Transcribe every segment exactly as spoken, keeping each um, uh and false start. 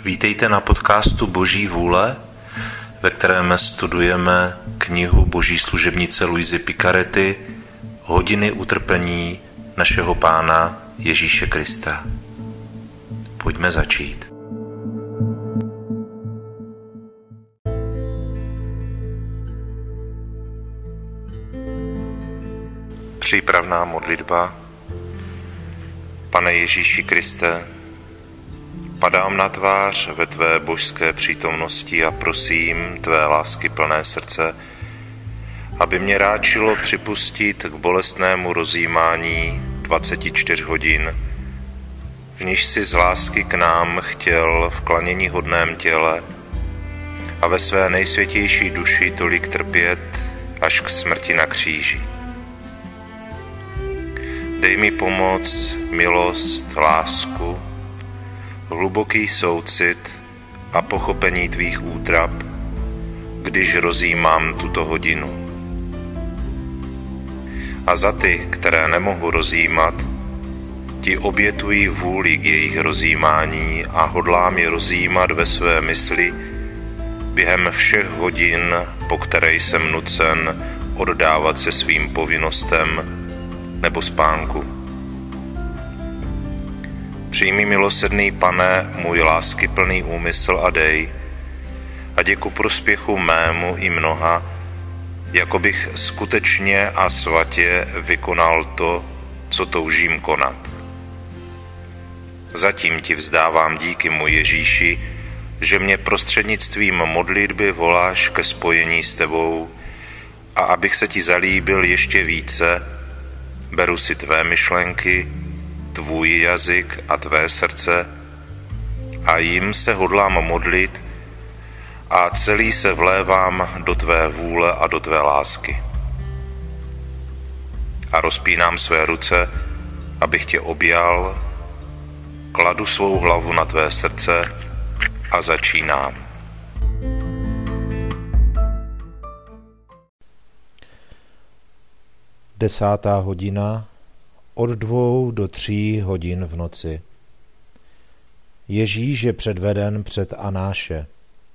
Vítejte na podcastu Boží vůle, ve kterém studujeme knihu Boží služebnice Luisy Picarety Hodiny utrpení našeho Pána Ježíše Krista. Pojďme začít. Přípravná modlitba. Pane Ježíši Kriste, padám na tvář ve tvé božské přítomnosti a prosím tvé lásky plné srdce, aby mě ráčilo připustit k bolestnému rozjímání dvacet čtyři hodin, v níž si z lásky k nám chtěl v klanění hodném těle a ve své nejsvětější duši tolik trpět až k smrti na kříži. Dej mi pomoc, milost, lásku, hluboký soucit a pochopení tvých útrap, když rozjímám tuto hodinu. A za ty, které nemohu rozjímat, ti obětuji vůli k jejich rozjímání a hodlám je rozjímat ve své mysli během všech hodin, po které jsem nucen oddávat se svým povinnostem nebo spánku. Přijmi, milosrdný Pane, můj láskyplný úmysl a dej, ať je ku prospěchu mému i mnoha, jako bych skutečně a svatě vykonal to, co toužím konat. Zatím ti vzdávám díky, můj Ježíši, že mě prostřednictvím modlitby voláš ke spojení s tebou a abych se ti zalíbil ještě více, beru si tvé myšlenky, tvůj jazyk a tvé srdce a jim se hodlám modlit a celý se vlévám do tvé vůle a do tvé lásky. A rozpínám své ruce, abych tě objal, kladu svou hlavu na tvé srdce a začínám. Desátá hodina, od dvou do tří hodin v noci. Ježíš je předveden před Anáše.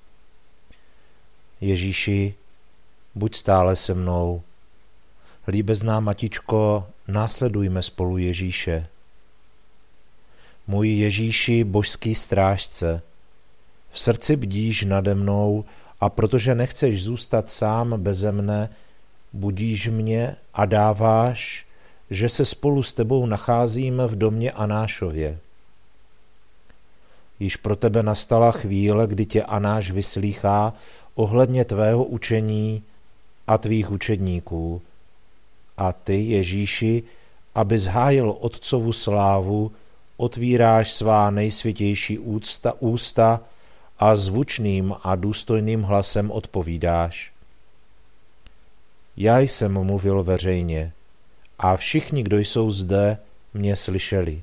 Ježíši, buď stále se mnou. Líbezná matičko, následujme spolu Ježíše. Můj Ježíši, božský strážce, v srdci bdíš nade mnou a protože nechceš zůstat sám beze mne, budíš mě a dáváš, že se spolu s tebou nacházím v domě Anášově. Již pro tebe nastala chvíle, kdy tě Anáš vyslýchá ohledně tvého učení a tvých učedníků. A ty, Ježíši, aby zhájil Otcovu slávu, otvíráš svá nejsvětější ústa, ústa a zvučným a důstojným hlasem odpovídáš. Já jsem mluvil veřejně a všichni, kdo jsou zde, mě slyšeli.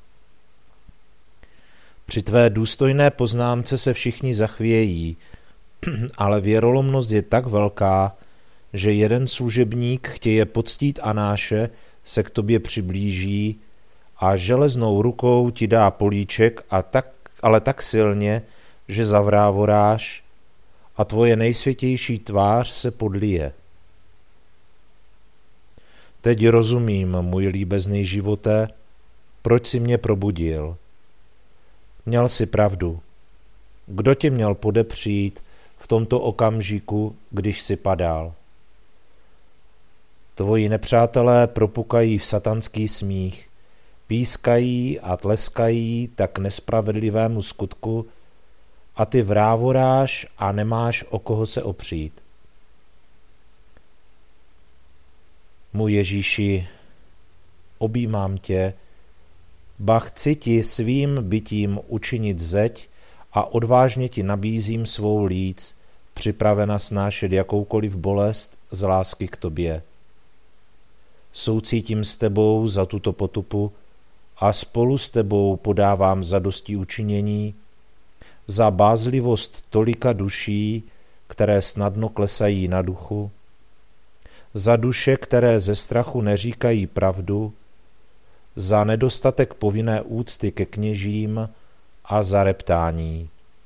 Při tvé důstojné poznámce se všichni zachvějí, ale věrolomnost je tak velká, že jeden služebník chtěje poctít Anáše, se k tobě přiblíží a železnou rukou ti dá políček, a tak, ale tak silně, že zavrávoráš a tvoje nejsvětější tvář se podlije. Teď rozumím, můj líbezný živote, proč jsi mě probudil. Měl jsi pravdu. Kdo tě měl podepřít v tomto okamžiku, když jsi padal? Tvoji nepřátelé propukají v satanský smích, pískají a tleskají tak nespravedlivému skutku a ty vrávoráš a nemáš o koho se opřít. Můj Ježíši, objímám tě, ba chci ti svým bytím učinit zeď a odvážně ti nabízím svou líc, připravena snášet jakoukoliv bolest z lásky k tobě. Soucítím s tebou za tuto potupu a spolu s tebou podávám zadosti učinění za bázlivost tolika duší, které snadno klesají na duchu, za duše, které ze strachu neříkají pravdu, za nedostatek povinné úcty ke kněžím a za reptání.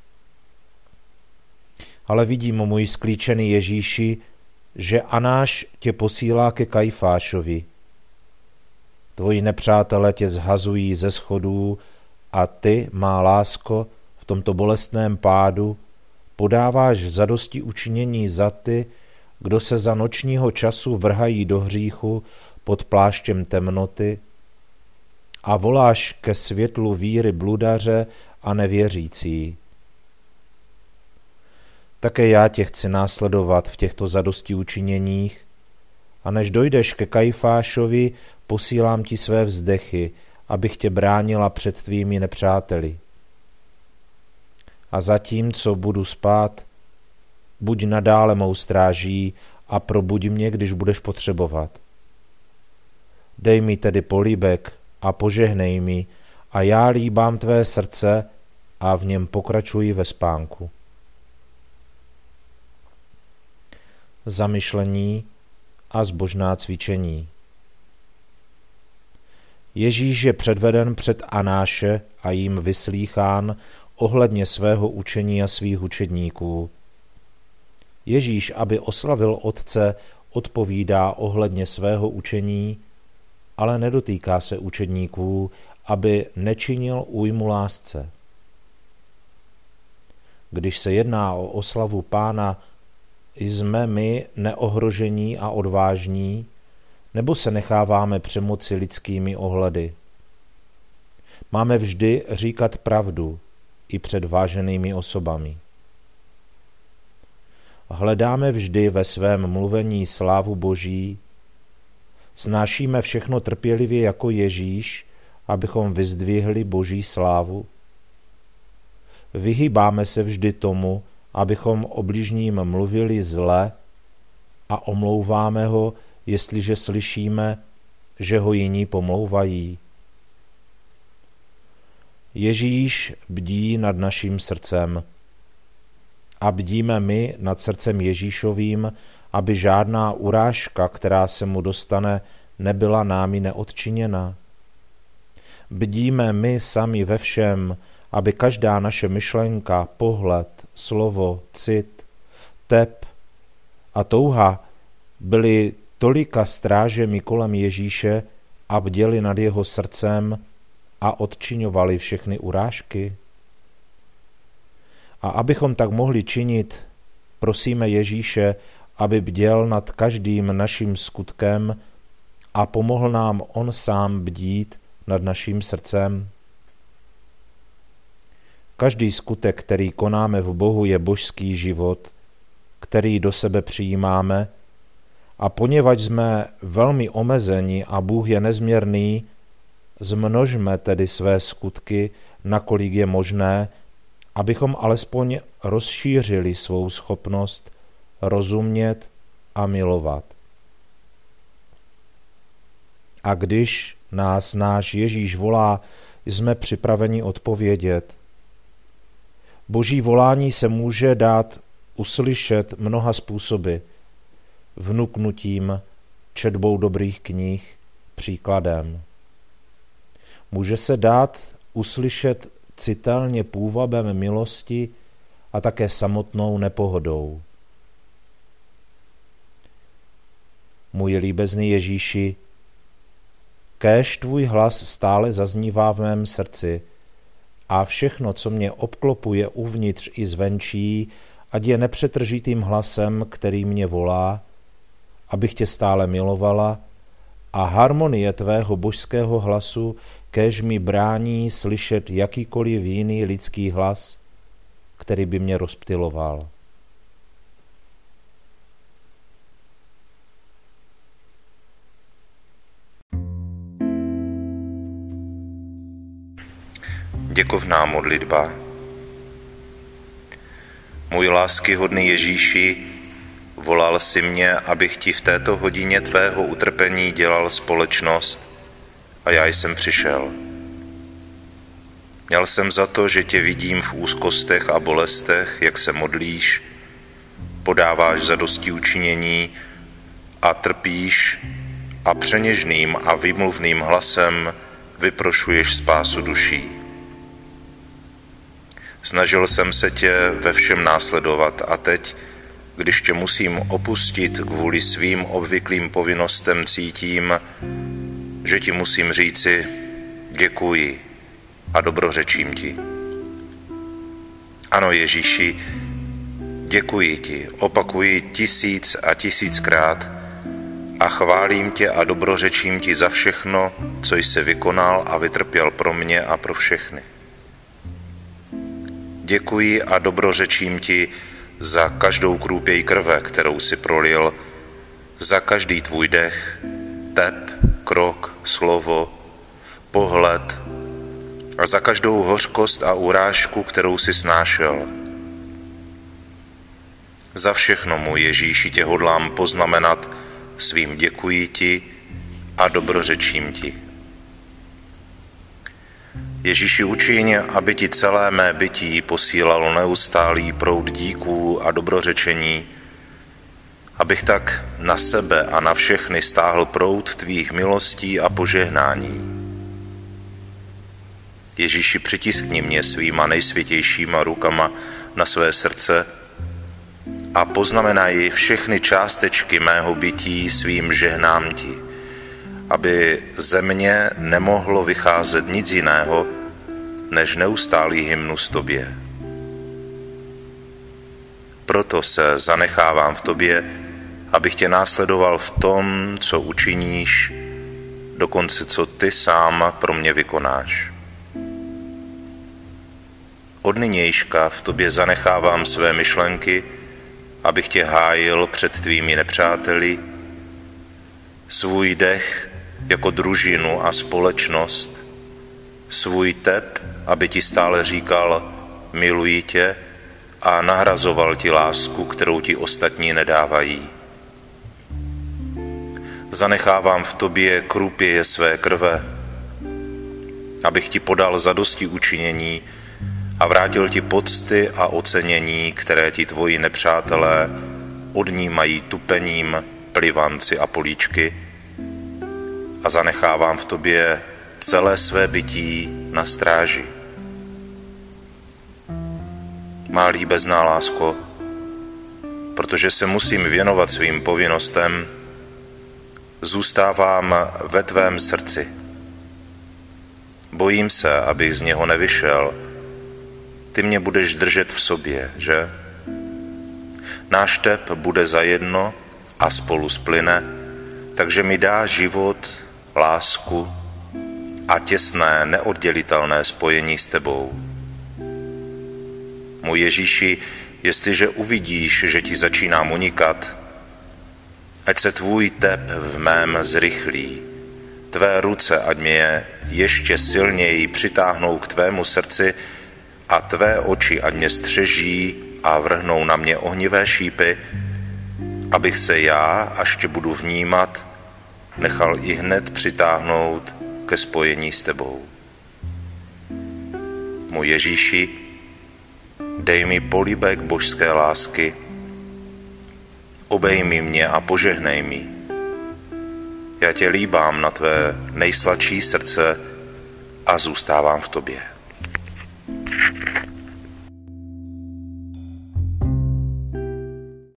ale vidím, můj sklíčený Ježíši, že Anáš tě posílá ke Kajfášovi. Tvoji nepřátelé tě zhazují ze schodů a ty, má lásko, v tomto bolestném pádu podáváš zadosti učinění za ty, kdo se za nočního času vrhají do hříchu pod pláštěm temnoty, a voláš ke světlu víry bludaře a nevěřící. Také já tě chci následovat v těchto zadosti učiněních, a než dojdeš ke Kajfášovi, posílám ti své vzdechy, abych tě bránila před tvými nepřáteli. A zatímco budu spát, buď nadále mou stráží a probuď mě, když budeš potřebovat. Dej mi tedy políbek a požehnej mi, a já líbám tvé srdce a v něm pokračuji ve spánku. Zamyšlení a zbožná cvičení. Ježíš je předveden před Anáše a jim vyslýchán ohledně svého učení a svých učedníků. Ježíš, aby oslavil Otce, odpovídá ohledně svého učení, ale nedotýká se učedníků, aby nečinil újmu lásce. Když se jedná o oslavu Pána, jsme my neohrožení a odvážní, nebo se necháváme přemoci lidskými ohledy? Máme vždy říkat pravdu i před váženými osobami. Hledáme vždy ve svém mluvení slávu Boží, snášíme všechno trpělivě jako Ježíš, abychom vyzdvihli Boží slávu. Vyhýbáme se vždy tomu, abychom o bližním mluvili zle, a omlouváme ho, jestliže slyšíme, že ho jiní pomlouvají. Ježíš bdí nad naším srdcem a bdíme my nad srdcem Ježíšovým, aby žádná urážka, která se mu dostane, nebyla námi neodčiněna. Bdíme my sami ve všem, aby každá naše myšlenka, pohled, slovo, cit, tep a touha byly tolika strážemi kolem Ježíše a bděli nad jeho srdcem a odčiňovali všechny urážky. A abychom tak mohli činit, prosíme Ježíše, aby bděl nad každým naším skutkem a pomohl nám on sám bdít nad naším srdcem. Každý skutek, který konáme v Bohu, je božský život, který do sebe přijímáme, a poněvadž jsme velmi omezeni a Bůh je nezměrný, zmnožme tedy své skutky, nakolik je možné, abychom alespoň rozšířili svou schopnost rozumět a milovat. A když nás náš Ježíš volá, jsme připraveni odpovědět. Boží volání se může dát uslyšet mnoha způsoby. Vnuknutím, četbou dobrých knih, příkladem. Může se dát uslyšet citelně půvabem milosti a také samotnou nepohodou. Můj líbezný Ježíši, kéž tvůj hlas stále zaznívá v mém srdci a všechno, co mě obklopuje uvnitř i zvenčí, ať je nepřetržitým hlasem, který mě volá, abych tě stále milovala, a harmonie tvého božského hlasu kéž mi brání slyšet jakýkoliv jiný lidský hlas, který by mě rozptyloval. Děkovná modlitba. Můj láskyhodný Ježíši, volal si mě, abych ti v této hodině tvého utrpení dělal společnost, a já jsem přišel. Měl jsem za to, že tě vidím v úzkostech a bolestech, jak se modlíš, podáváš zadosti učinění a trpíš a přeněžným a výmluvným hlasem vyprošuješ spásu duší. Snažil jsem se tě ve všem následovat a teď, když tě musím opustit kvůli svým obvyklým povinnostem, cítím, že ti musím říci děkuji a dobrořečím ti. Ano, Ježíši, děkuji ti, opakuji tisíc a tisíckrát a chválím tě a dobrořečím ti za všechno, co jsi vykonal a vytrpěl pro mě a pro všechny. Děkuji a dobrořečím ti za každou krůpěj krve, kterou si prolil, za každý tvůj dech, tep, krok, slovo, pohled a za každou hořkost a urážku, kterou si snášel. Za všechno, můj Ježíši, tě hodlám poznamenat svým děkuji ti a dobrořečím ti. Ježíši, učiň, aby ti celé mé bytí posílalo neustálý proud díků a dobrořečení, abych tak na sebe a na všechny stáhl proud tvých milostí a požehnání. Ježíši, přitiskni mě svýma nejsvětějšíma rukama na své srdce a poznamenaj všechny částečky mého bytí svým žehnám ti, aby ze mě nemohlo vycházet nic jiného, než neustálý hymnus tobě. Proto se zanechávám v tobě, abych tě následoval v tom, co učiníš, dokonce co ty sám pro mě vykonáš. Od nynějška v tobě zanechávám své myšlenky, abych tě hájil před tvými nepřáteli, svůj dech jako družinu a společnost, svůj tep, aby ti stále říkal miluji tě a nahrazoval ti lásku, kterou ti ostatní nedávají. Zanechávám v tobě krůpěje své krve, abych ti podal zadosti učinění a vrátil ti pocty a ocenění, které ti tvoji nepřátelé odnímají tupením, plivanci a políčky, a zanechávám v tobě celé své bytí na stráži. Má líbezná lásko, protože se musím věnovat svým povinnostem, zůstávám ve tvém srdci. Bojím se, abych z něho nevyšel. Ty mě budeš držet v sobě, že? Náš tep bude zajedno a spolu splyne, takže mi dá život, lásku a těsné, neoddělitelné spojení s tebou. Můj Ježíši, jestliže uvidíš, že ti začínám unikat, ať se tvůj tep v mém zrychlí, tvé ruce ať mě ještě silněji přitáhnou k tvému srdci a tvé oči ať mě střeží a vrhnou na mě ohnivé šípy, abych se já, až tě budu vnímat, nechal i hned přitáhnout ke spojení s tebou. Můj Ježíši, dej mi polibek božské lásky, obejmi mě a požehnej mi. Já tě líbám na tvé nejsladší srdce a zůstávám v tobě.